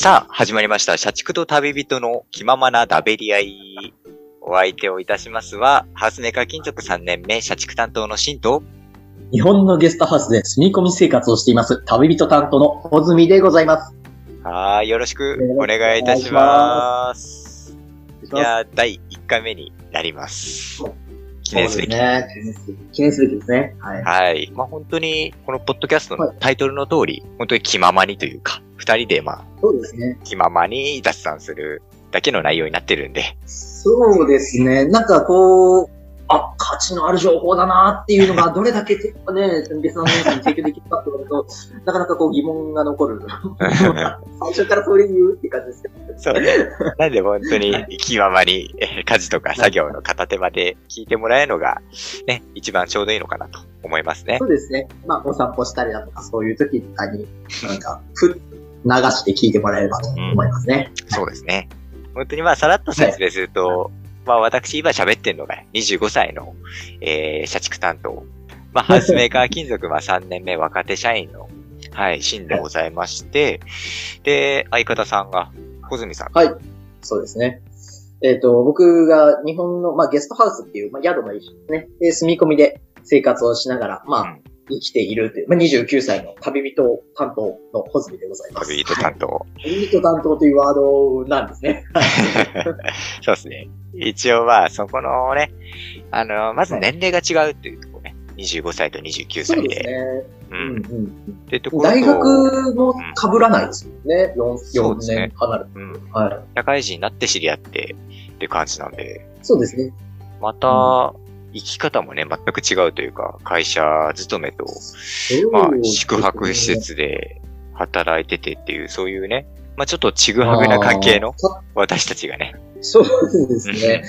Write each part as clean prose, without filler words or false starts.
さあ、始まりました。社畜と旅人の気ままなダベリ合い。お相手をいたしますは、ハウスメーカー金属3年目、社畜担当のシンと、 日本のゲストハウスで住み込み生活をしています、旅人担当の穂積でございます。 はい、よろしくお願いいたします。いやー、第1回目になります。記念すべき。 記念すべきですね。はい。 はい。まあ本当に、このポッドキャストのタイトルの通り、本当に気ままにというか、二人でそうですね。 気ままに雑談するだけの内容になってるんで。 そうですね。なんかこう、価値のある情報だなっていうのがどれだけね、リスナーの皆さんに提供できるかってことと、なかなかこう疑問が残る。最初からそれ言うって感じですけど。 そうね。なんで本当に気ままに家事とか作業の片手間で聞いてもらえるのがね、一番ちょうどいいのかなと思いますね。 そうですね。まあお散歩したりだとかそういう時とかに、なんか、流して聞いてもらえればと思いますね。 そうですね。本当にまあさらっと説明すると、まあ私今喋ってるのが25歳の、社畜担当。まあハウスメーカー金属3年目若手社員の、はい、シンでございまして、で、相方さんが穂積さん。 はい。そうですね。僕が日本の、ゲストハウスっていう、宿の一種ですね。で、住み込みで生活をしながら、生きているという、29歳の旅人担当の穂積でございます。 旅人担当。 旅人担当というワードなんですね。 そうですね。一応そこのね、まず年齢が違うっていうところね。25歳と29歳で。そうですね。 ってところと大学も被らないですよね。4年離れて。 はい。社会人になって知り合ってって感じなんで。 そうですね。 また、生き方もね、全く違うというか、会社勤めと、宿泊施設で働いててっていう、そういうね、ちょっとちぐはぐな関係の私たちがね。 そうですね。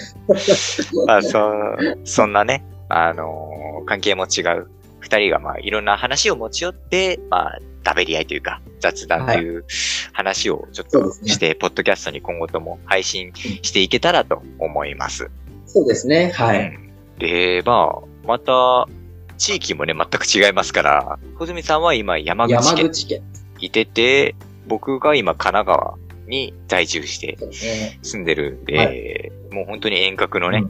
そんなね、関係も違う二人がいろんな話を持ち寄って、ダベり合いというか、雑談という話をちょっとして、ポッドキャストに今後とも配信していけたらと思います。 そうですね。はい。 で、また、地域もね、全く違いますから、穂積さんは今山口県いてて、僕が今神奈川に在住して住んでるんで、もう本当に遠隔のね、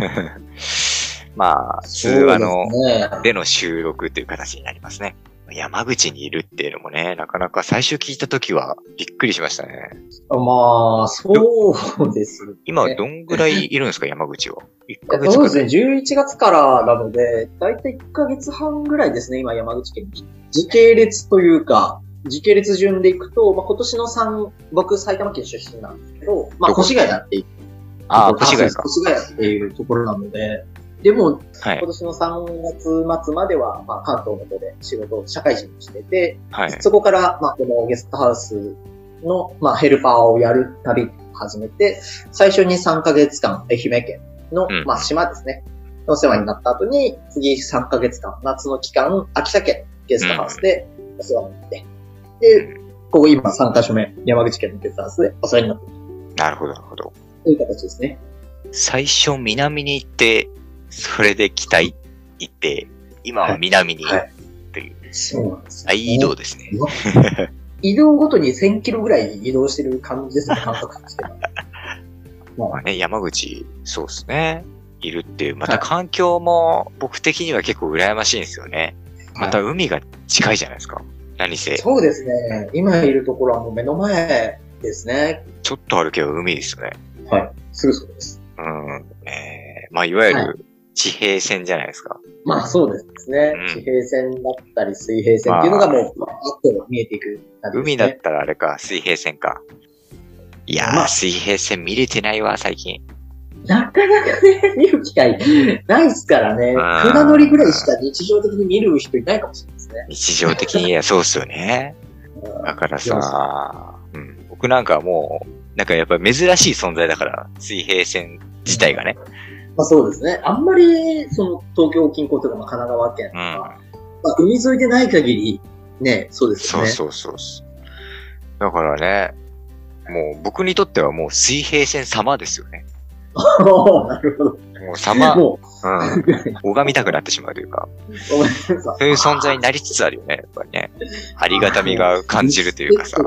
通話での収録という形になりますね。山口にいるっていうのもね、なかなか最初聞いたときはびっくりしましたね。 そうですね。 今どんぐらいいるんですか、山口は。1ヶ月そうですね、11月からなので、だいたい1ヶ月半ぐらいですね、今山口県に。時系列というか、時系列順でいくと、今年の僕埼玉県出身なんですけど、越谷っていう。 越谷か。 越谷っていうところなので、でも、今年の3月末までは、関東の方で社会人をしてて、そこから、このゲストハウスの、ヘルパーをやる旅を始めて、最初に3ヶ月間、愛媛県の、島ですね、お世話になった後に、次3ヶ月間、夏の期間、秋田県ゲストハウスでお世話になって、で、ここ今3カ所目、山口県のゲストハウスでお世話になっている。 なるほど、なるほど。 という形ですね。 最初南に行って、それで北行って、今は南にという。 そうなんですね。 大移動ですね。 移動ごとに1000キロぐらい移動してる感じですね、感覚としては。 山口、そうですね。いるっていう。また環境も僕的には結構羨ましいんですよね。また海が近いじゃないですか。何せ。 そうですね。今いるところはもう目の前ですね。 ちょっと歩けば海ですよね。 はい。すぐそうです。 いわゆる地平線じゃないですか。 そうですね。地平線だったり水平線っていうのがもう、あっと見えていく感じですね。 海だったらあれか、水平線か。いやー、水平線見れてないわ、最近。 なかなかね、見る機会ないですからね。船乗りぐらいしか日常的に見る人いないかもしれないですね。 日常的に、そうっすよね。だからさ、僕なんかもう、やっぱり珍しい存在だから、水平線自体がね。 そうですね。あんまり、東京近郊とか神奈川県とか、海沿いでない限り、ね、そうですね。 そう。だからね、もう僕にとってはもう水平線様ですよね。 なるほど。 もう様、拝みたくなってしまうというか、そういう存在になりつつあるよね、やっぱりね。ありがたみが感じるというかさ。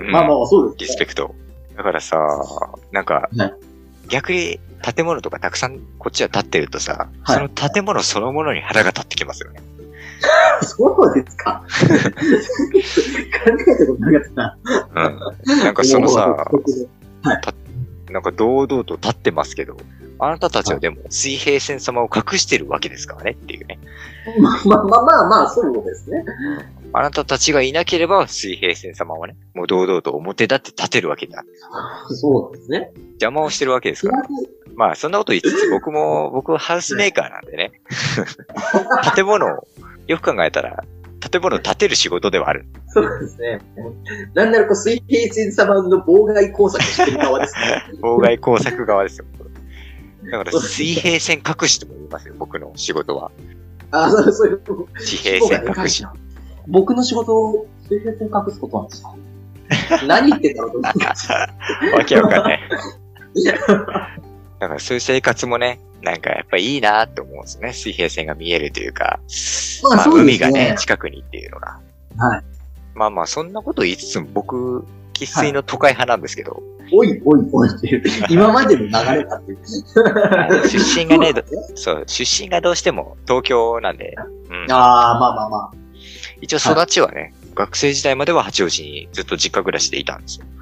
まあまあ、そうです、 リスペクト。だからさ、なんか、逆に建物とかたくさんこっちは建ってるとさ、その建物そのものに腹が立ってきますよね。 そうですか。考えたことなかったな。 なんかそのさ、なんか堂々と立ってますけど、あなたたちはでも水平線様を隠してるわけですからねっていうね。 まあ、そうですね。 あなたたちがいなければ水平線様はね、もう堂々と表立って立てるわけだ。 そうですね。 邪魔をしてるわけですから。まあそんなこと言いつつ僕はハウスメーカーなんでね。建物を、よく考えたら、建物を建てる仕事ではある。 そうですね。なんなら水平線様の妨害工作してる側ですね。 妨害工作側ですよ。だから水平線隠しとも言いますよ、僕の仕事は。 そういう。 地平線隠し。 僕の仕事を水平線隠すことなんですか？何言ってんだろうと思って。 わけわかんない。だからそういう生活もね、なんかやっぱいいなって思うんですね。水平線が見えるというか、まあ海がね、近くにっていうのが。 はい。 まあまあそんなこと言いつつも僕、生粋の都会派なんですけど。 おいっていう、今までの流れだっていう。 出身がね、そう、出身がどうしても東京なんで。 まあ。 一応育ちはね、学生時代までは八王子にずっと実家暮らしでいたんですよ。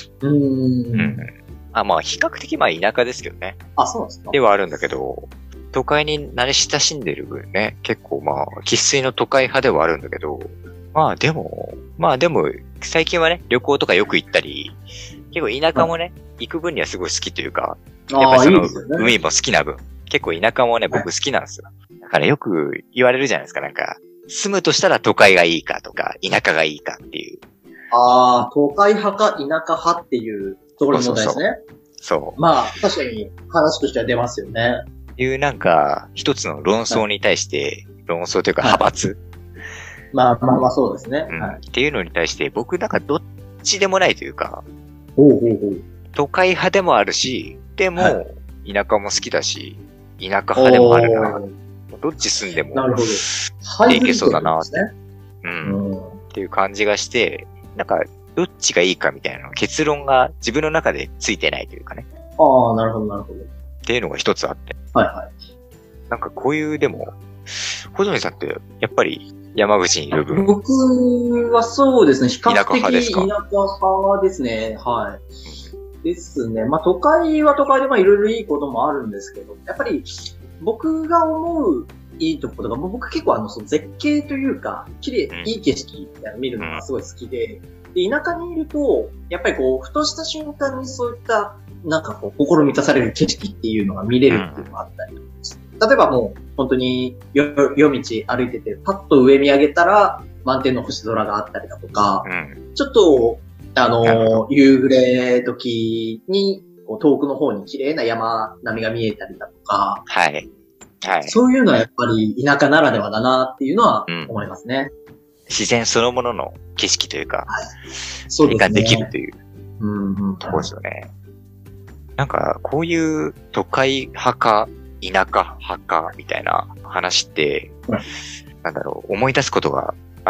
まあ、比較的まあ田舎ですけどね。 そうですか。 ではあるんだけど、都会に慣れ親しんでる分ね、結構まあ、生粋の都会派ではあるんだけど、まあでも、最近はね、旅行とかよく行ったり、結構田舎もね、行く分にはすごい好きというか、やっぱりその、海も好きな分、結構田舎もね、僕好きなんですよ。だからよく言われるじゃないですか、なんか、住むとしたら都会がいいかとか、田舎がいいかっていう。 都会派か田舎派っていうところの問題ですね。 そう。 まあ、確かに話としては出ますよね。 いうなんか、一つの論争に対して、論争というか派閥。 まあそうですね。 っていうのに対して、僕なんかどっちでもないというか、都会派でもあるし、でも、田舎も好きだし、田舎派でもあるな。どっち住んでも、いけそうだなって。っていう感じがして、なんか、どっちがいいかみたいな結論が自分の中でついてないというかね。 なるほど。 っていうのが一つあって。なんかこういう、でも、小泉さんってやっぱり山口にいる分。 僕はそうですね、比較的田舎派ですね。ですね。まあ都会は都会でまあいろいろいいこともあるんですけど、やっぱり僕が思ういいところが、僕結構その絶景というか、綺麗、いい景色見るのがすごい好きで、田舎にいると、やっぱりふとした瞬間にそういった、なんか心満たされる景色っていうのが見れるっていうのがあったり、例えばもう、本当に夜道歩いてて、パッと上見上げたら、満天の星空があったりだとか、ちょっと、夕暮れ時に、遠くの方に綺麗な山並みが見えたりだとか、そういうのはやっぱり田舎ならではだなっていうのは思いますね。 自然そのものの景色というか、それができるというところですよね。なんか、こういう都会派か田舎派かみたいな話って、なんだろう、思い出すことがあって、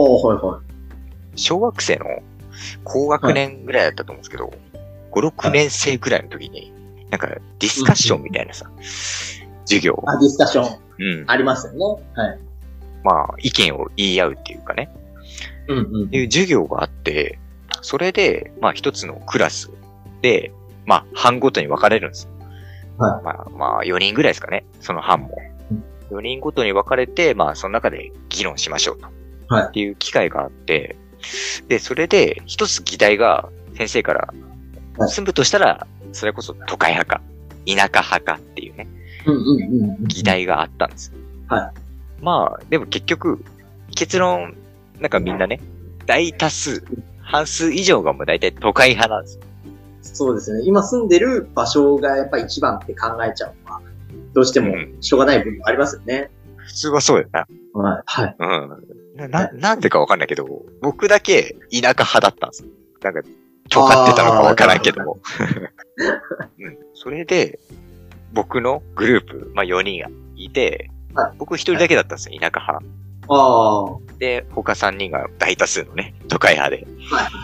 小学生の高学年ぐらいだったと思うんですけど、5、6年生ぐらいの時に、なんかディスカッションみたいなさ、授業。 ディスカッション。ありますよね。 まあ、意見を言い合うっていうかね。いう授業があって、それで、まあ一つのクラスで、まあ班ごとに分かれるんですよ。まあ4人ぐらいですかね、その班も。4人ごとに分かれて、まあその中で議論しましょうと。っていう機会があって、で、それで一つ議題が先生から、住むとしたら、それこそ都会派か、田舎派かっていうね、議題があったんです。まあ、でも結局、結論、なんかみんなね、大多数、半数以上がもう大体都会派なんですよ。 そうですね。今住んでる場所がやっぱり一番って考えちゃうのは、どうしてもしょうがない部分がありますよね。 普通はそうだよな。なんでかわかんないけど、僕だけ田舎派だったんですよ。なんか、尖ってたのかわからんけども。それで、僕のグループ、まあ4人がいて、僕一人だけだったんですよ、田舎派。で、他3人が大多数のね、都会派で。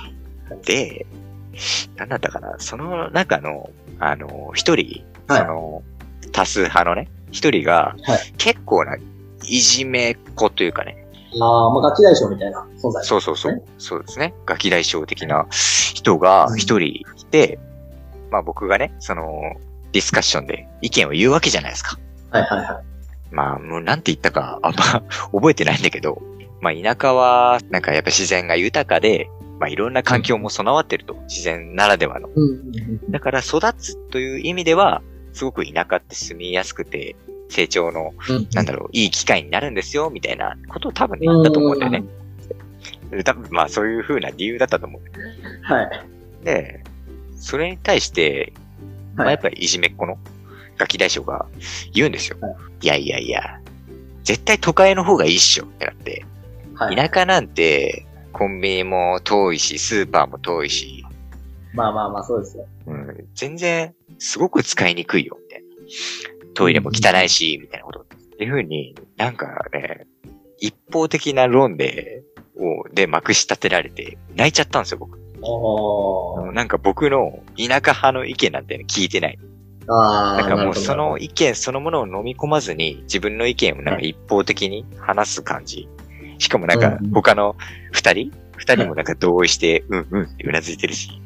で、なんだったかな、その中の、一人、多数派のね、一人が、結構ないじめっ子というかね。 ガキ大将みたいな存在、ね。 そう。そうですね。ガキ大将的な人が一人いて、僕がね、ディスカッションで意見を言うわけじゃないですか。もうなんて言ったか、あんま覚えてないんだけど、田舎は、なんかやっぱ自然が豊かで、いろんな環境も備わってると。自然ならではの。だから育つという意味では、すごく田舎って住みやすくて、成長の、いい機会になるんですよ、みたいなことを多分ね、言ったと思うんだよね。多分そういう風な理由だったと思うんだよね。で、それに対して、やっぱりいじめっ子のガキ大将が言うんですよ。いや、絶対都会の方がいいっしょ、ってなって。田舎なんて、コンビニも遠いし、スーパーも遠いし。 そうですよ。 全然、すごく使いにくいよ、みたいな。トイレも汚いし、みたいなこと。っていう風に、なんかね、一方的な論でまくし立てられて、泣いちゃったんですよ、僕。なんか僕の田舎派の意見なんて聞いてない。なんかもうその意見そのものを飲み込まずに、自分の意見をなんか一方的に話す感じ。しかもなんか他の二人もなんか同意して、ってうなずいてるし。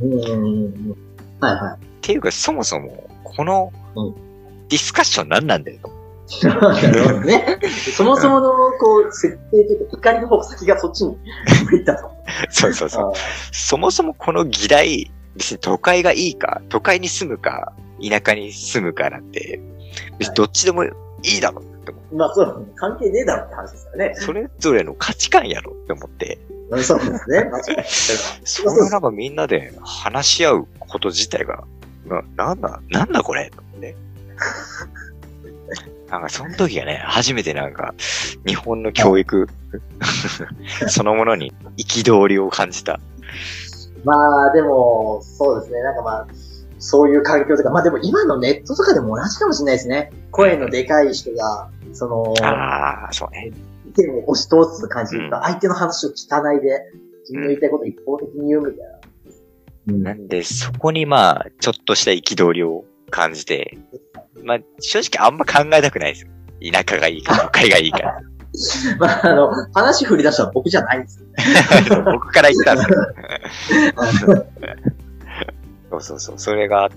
っていうかそもそも、このディスカッション何なんだよと。 なるほどね。そもそもの、設定というか、怒りの矛先がそっちに向いたと。 そう。そもそもこの議題、別に都会がいいか、都会に住むか、田舎に住むかなんて、別にどっちでもいいだろうって思う。 そう、関係ねえだろって話ですよね。 それぞれの価値観やろって思って。 そうですね。 それをなんかみんなで話し合うこと自体が、なんだこれと思って。なんかその時がね、初めてなんか、日本の教育そのものに憤りを感じた。 でも、そうですね。なんかそういう環境とか、でも今のネットとかでも同じかもしれないですね。声のでかい人が、 そうね。 意見を押し通す感じで、相手の話を聞かないで、自分の言いたいことを一方的に言うみたいな。なんで、そこにちょっとした憤りを感じて、正直あんま考えたくないですよ。田舎がいいか、都会がいいか。 話振り出したら僕じゃないんですよ。 僕から言ったんですよ。そう。それがあって、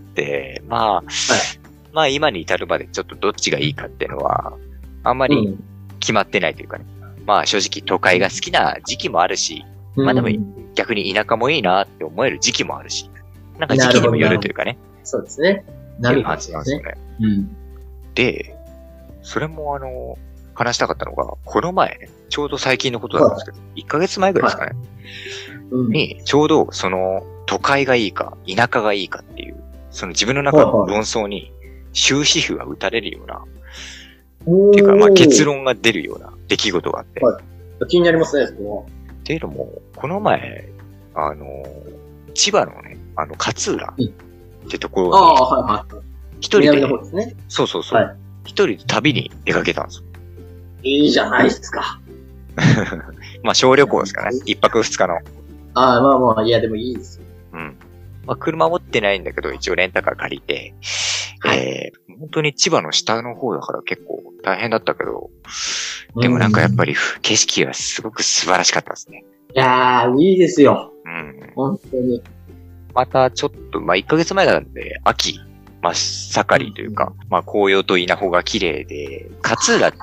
今に至るまでちょっとどっちがいいかっていうのは、あんまり決まってないというかね。正直都会が好きな時期もあるし、でも逆に田舎もいいなって思える時期もあるし、なんか時期にもよるというかね。 そうですね。 なる感じなんですよね。で、それも話したかったのが、この前ね、ちょうど最近のことだったんですけど、1ヶ月前ぐらいですかね。に、ちょうど都会がいいか、田舎がいいかっていう、自分の中の論争に終止符が打たれるような、っていうか、結論が出るような出来事があって。 気になりますね、そこは。 っていうのも、この前、千葉のね、勝浦ってところに、一人で、そう。一人で旅に出かけたんですよ。 いいじゃないですか。 小旅行ですからね。一泊二日の。 いや、でもいいですよ。 車持ってないんだけど、一応レンタカー借りて、本当に千葉の下の方だから結構大変だったけど、でもなんかやっぱり景色がすごく素晴らしかったですね。 いやー、いいですよ。本当に。 またちょっと、1ヶ月前なんで、秋、真っ盛りというか、紅葉と稲穂が綺麗で、勝浦って、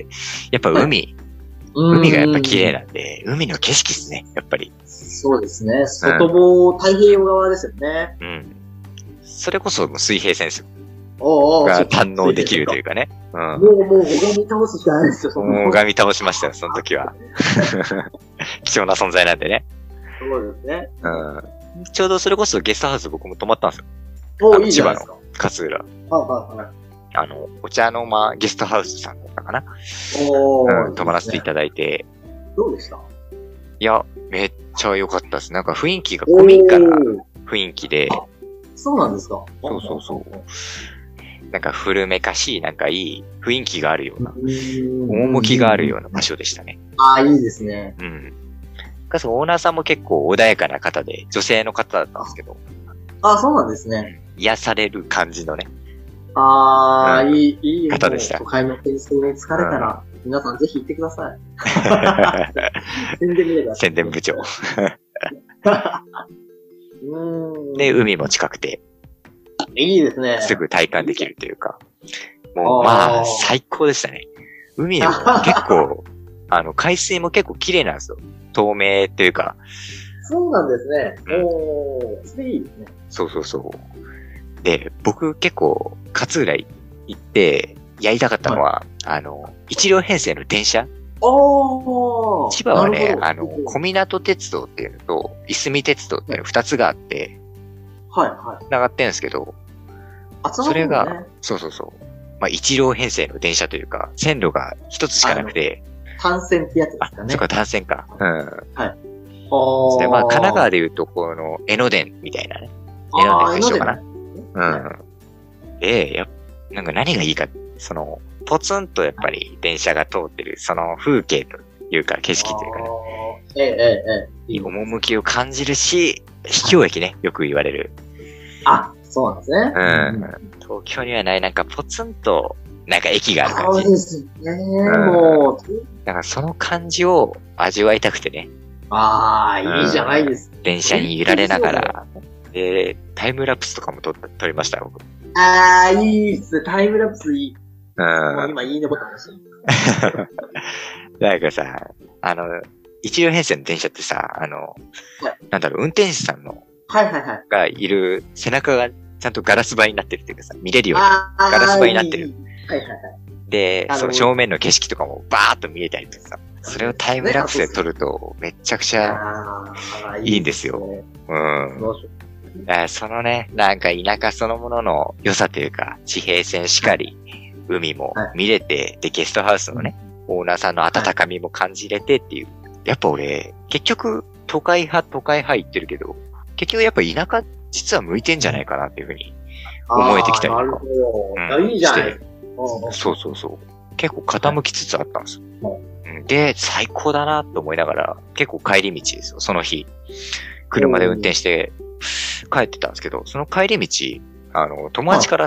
やっぱ海がやっぱ綺麗なんで、海の景色ですね、やっぱり。 そうですね。外房、太平洋側ですよね。 それこそ水平線ですよ。 が堪能できるというかね。 もう拝み倒すしかないですよ、 もう拝み倒しましたよ、その時は。貴重な存在なんでね。 そうですね。 ちょうどそれこそゲストハウス僕も泊まったんですよ。いいじゃないですか。 千葉の勝浦。お茶の間ゲストハウスさんだったかな。泊まらせていただいて。 どうでした？ いや、めっちゃ良かったです。なんか雰囲気が古民家な雰囲気で。 そうなんですか？ そう。なんか古めかしい、なんかいい雰囲気があるような、趣があるような場所でしたね。 いいですね。 かつオーナーさんも結構穏やかな方で、女性の方だったんですけど。 あ、そうなんですね。 癒される感じのね。 いい方でした。 都会の喧騒に疲れたら、皆さんぜひ行ってください。宣伝見てください。 宣伝部長。で、海も近くて。 いいですね。 すぐ体感できるというか。もう、まあ、最高でしたね。海も結構、海水も結構綺麗なんですよ。透明というか。 そうなんですね。それいいですね。 そうそうそう。で、僕結構、勝浦行って、やりたかったのは、一両編成の電車。千葉はね、小湊鉄道っていうのと、いすみ鉄道っていうの二つがあって、繋がってるんですけど、それが、そうそうそう。まあ、一両編成の電車というか、線路が一つしかなくて。 単線ってやつですかね。 そうか、単線か。うん。 はい。 で、まあ、神奈川でいうと、この、江ノ電みたいなね。江ノ電と一緒かな。うん。で、なんか何がいいか、ポツンとやっぱり電車が通ってる、その風景というか、景色というかね。趣を感じるし、秘境駅ね、よく言われる。 そうなんですね。 東京にはない、なんかポツンと、なんか駅がある感じ。 そうですね、もう。 だからその感じを味わいたくてね。 いいじゃないですか。 電車に揺られながら、で、タイムラプスとかも撮りましたよ、僕。 いいっす。タイムラプスいい。今、いいねボタン押してる。 なんかさ、一両編成の電車ってさ、なんだろう、運転手さんの、がいる背中がちゃんとガラス張りになってるっていうかさ、見れるようにガラス張りになってる。で、その正面の景色とかもバーッと見えたりとかさ、それをタイムラプスで撮るとめちゃくちゃいいんですよ。そのね、なんか田舎そのものの良さというか、地平線しかり、海も見れて、で、ゲストハウスのね、オーナーさんの温かみも感じれてっていう。やっぱ俺、結局、都会派言ってるけど、結局やっぱ田舎、実は向いてんじゃないかなっていうふうに思えてきたりとか。 なるほど。いいじゃない。 そうそうそう。結構傾きつつあったんですよ。で、最高だなと思いながら、結構帰り道ですよ、その日。車で運転して帰ってたんですけど、その帰り道、友達から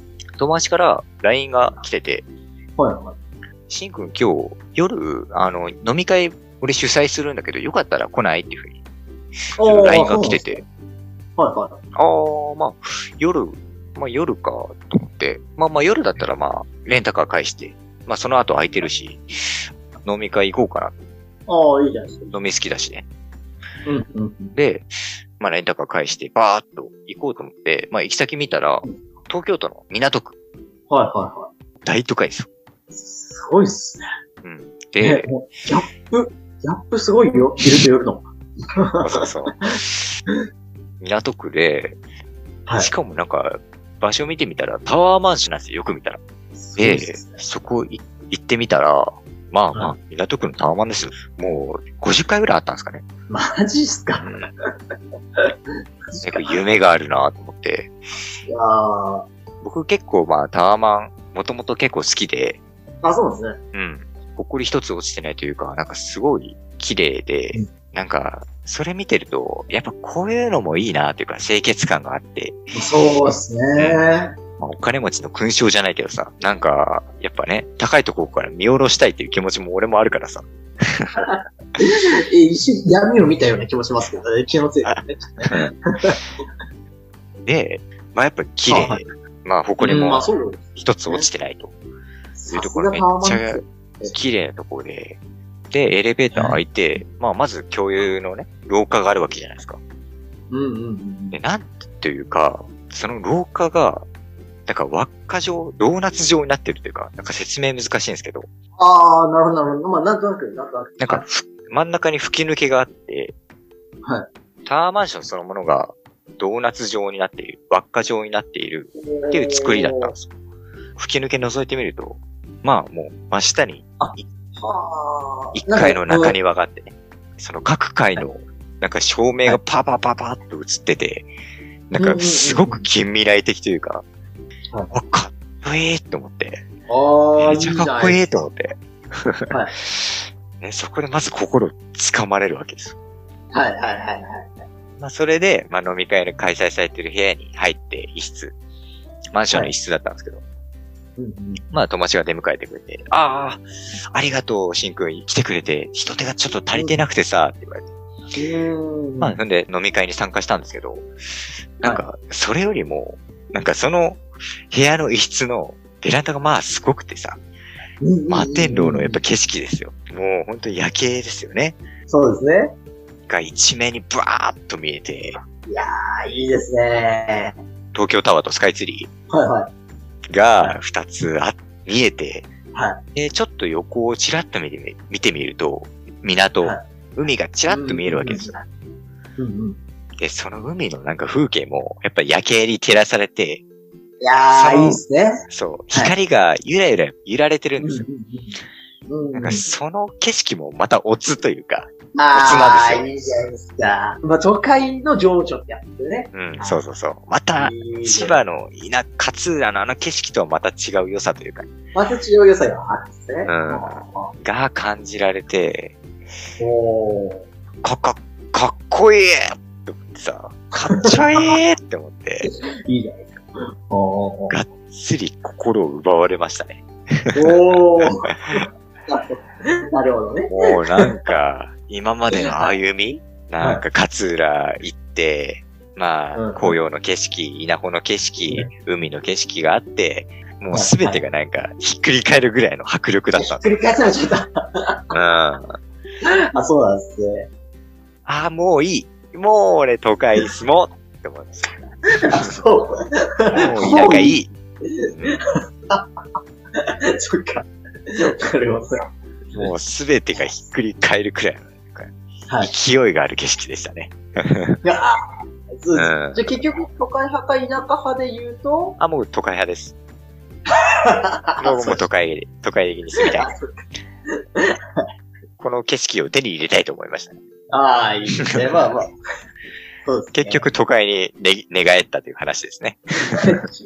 LINE が来てて、しんくん今日夜、飲み会俺主催するんだけど、よかったら来ないっていうふうに、LINE が来てて、まあ、夜か、と思って、まあ夜だったらまあ、レンタカー返して、まあその後空いてるし、飲み会行こうかな。 いいじゃないですか。 飲み好きだしね。で、まあレンタカー返して、バーっと行こうと思って、まあ行き先見たら、東京都の港区。大都会ですよ。 すごいっすね。 で、 ギャップすごいよ。昼と夜の。 そう。港区で、しかもなんか、場所見てみたら、タワーマンションなんですよ、よく見たら。で、そこ行ってみたら、まあ、港区のタワーマンですよ。もう、50回ぐらいあったんですかね。 マジっすか？ 夢があるなと思って。僕結構まあ、タワーマン、もともと結構好きで。 そうですね。 ほこり一つ落ちてないというか、なんかすごい綺麗で、なんか、それ見てると、やっぱこういうのもいいなというか、清潔感があって。 そうですね。 お金持ちの勲章じゃないけどさ、なんか、やっぱね、高いところから見下ろしたいっていう気持ちも俺もあるからさ。 一瞬闇を見たような気もしますけどね、気のせいでね。 で、まあやっぱ綺麗。まあ埃も一つ落ちてないと。いうところめっちゃ綺麗なところで、で、エレベーター開いて、まあまず共有のね、廊下があるわけじゃないですか。で、なんていうか、その廊下が、なんか輪っか状、ドーナツ状になってるというか、なんか説明難しいんですけど。 なるほど、なるほど。まあ、なんとなく。 なんか、真ん中に吹き抜けがあって、タワーマンションそのものがドーナツ状になっている、輪っか状になっているっていう作りだったんですよ。吹き抜け覗いてみると、まあもう真下に、1階の中庭があってね、その各階の、なんか照明がパーっと映ってて、なんかすごく近未来的というか、かっこいいと思って。めちゃかっこいいと思って。そこでまず心つかまれるわけですよ。 はいはいはいはい。 まあそれで、まあ飲み会の開催されてる部屋に入って一室、マンションの一室だったんですけど、 うんうん、 まあ友達が出迎えてくれて、あありがとう、しんくん来てくれて、人手がちょっと足りてなくてさ、って言われて。まあ、そんで飲み会に参加したんですけど、なんか、それよりも、なんかその部屋の一室のベランダがまあすごくてさ、摩天楼のやっぱ景色ですよ。もう本当に夜景ですよね。 そうですね。 が一面にブワーッと見えて。 いやー、いいですね。 東京タワーとスカイツリー。はいはい。 が二つ見えて、 はい。 で、ちょっと横をちらっと見てみると、港、はい、海がちらっと見えるわけですよ。 うんうん、 で、その海のなんか風景も、やっぱり夜景に照らされて、 いやー、いいですね。 そう。光がゆらゆら揺られてるんですよ。なんかその景色もまたオツというか、オツなんですよ。 いいじゃないですか。まあ、都会の情緒ってやつね。 うん、そうそうそう。また、千葉の勝浦のあの景色とはまた違う良さというか。 また違う良さがあるんですね。 が感じられて、かっこいいって思ってさ、かっちょいいって思って。 いいじゃないですか。 がっつり心を奪われましたね。 なるほどね。 もうなんか、今までの歩み、なんか勝浦行って、まあ、紅葉の景色、稲穂の景色、海の景色があって、もうすべてがなんか、ひっくり返るぐらいの迫力だったんです。 ひっくり返されちゃった。あ、そうなんですね。 ああ、もういい。もう俺都会住もうって思いました。 あ、そう。もう田舎いい。 そっか。わかります。 もうすべてがひっくり返るくらいの、勢いがある景色でしたね。 いや、じゃあ結局都会派か田舎派で言うともう都会派です。もう都会的に住みたい。この景色を手に入れたいと思いましたね。 ああ、いいですね。まあまあ。そうですね、 結局都会に寝返ったという話ですね。結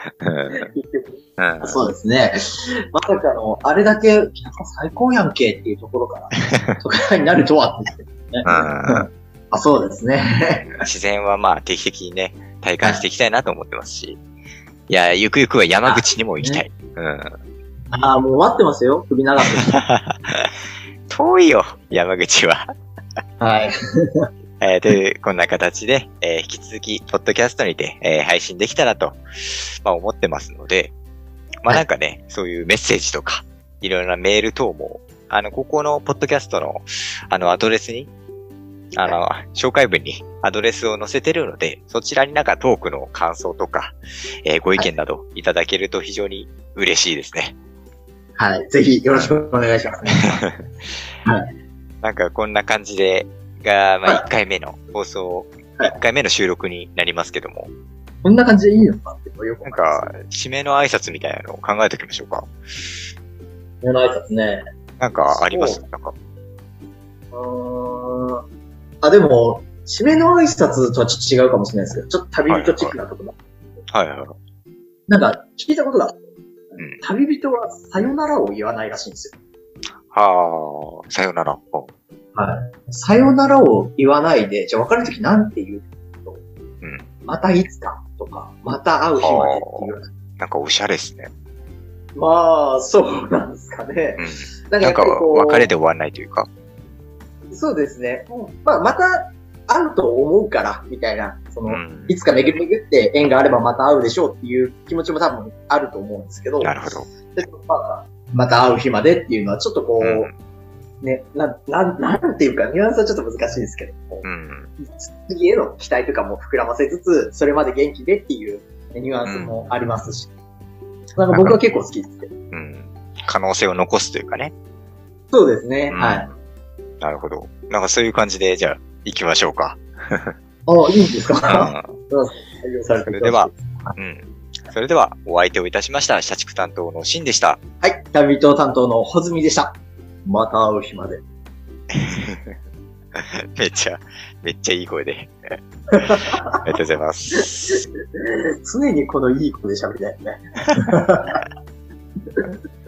局、そうですね。まさかあれだけ最高やんけっていうところから都会になるとはってね。そうですね。 自然はまあ定期的にね、体感していきたいなと思ってますし。いや、ゆくゆくは山口にも行きたい。 もう待ってますよ。首長く。 遠いよ、山口は。 はい。 こんな形で、引き続き、ポッドキャストにて、配信できたらと、まあ思ってますので、まあなんかね、そういうメッセージとか、いろいろなメール等も、ここのポッドキャストの、アドレスに、紹介文にアドレスを載せてるので、そちらになんかトークの感想とか、ご意見などいただけると非常に嬉しいですね。 はい。ぜひよろしくお願いします、ね。 はい。なんかこんな感じで、まあ1回目の放送、1回目の収録になりますけども。 こんな感じでいいのかってよくなんか、締めの挨拶みたいなのを考えておきましょうか。 締めの挨拶ね。 なんかありますなんか。 でも、締めの挨拶とはちょっと違うかもしれないですけど、ちょっと旅人チックなところ。 はいはい。 なんか、聞いたことがあって、旅人はさよならを言わないらしいんですよ。 はあ、さよなら。 はい。さよならを言わないで、じゃあ別れるときなんて言うと、またいつかとか、また会う日までっていう。 なんかおしゃれですね。 まあ、そうなんですかね。 なんか別れで終わらないというか。 そうですね。まあ、また会うと思うから、みたいな、いつか巡り巡って縁があればまた会うでしょうっていう気持ちも多分あると思うんですけど。 なるほど。 また会う日までっていうのはちょっとこう、ね、なんていうか、ニュアンスはちょっと難しいですけど、次への期待とかも膨らませつつ、それまで元気でっていうニュアンスもありますし、なんか僕は結構好きですけど。 可能性を残すというかね。 そうですね、はい。 なるほど。なんかそういう感じで、じゃあ、行きましょうか。 いいんですか？ それでは、お相手をいたしました、社畜担当のシンでした。 はい、旅人担当のホズミでした。また会う日まで。 めっちゃいい声で。ありがとうございます。 常にこのいい声で喋りたいよね。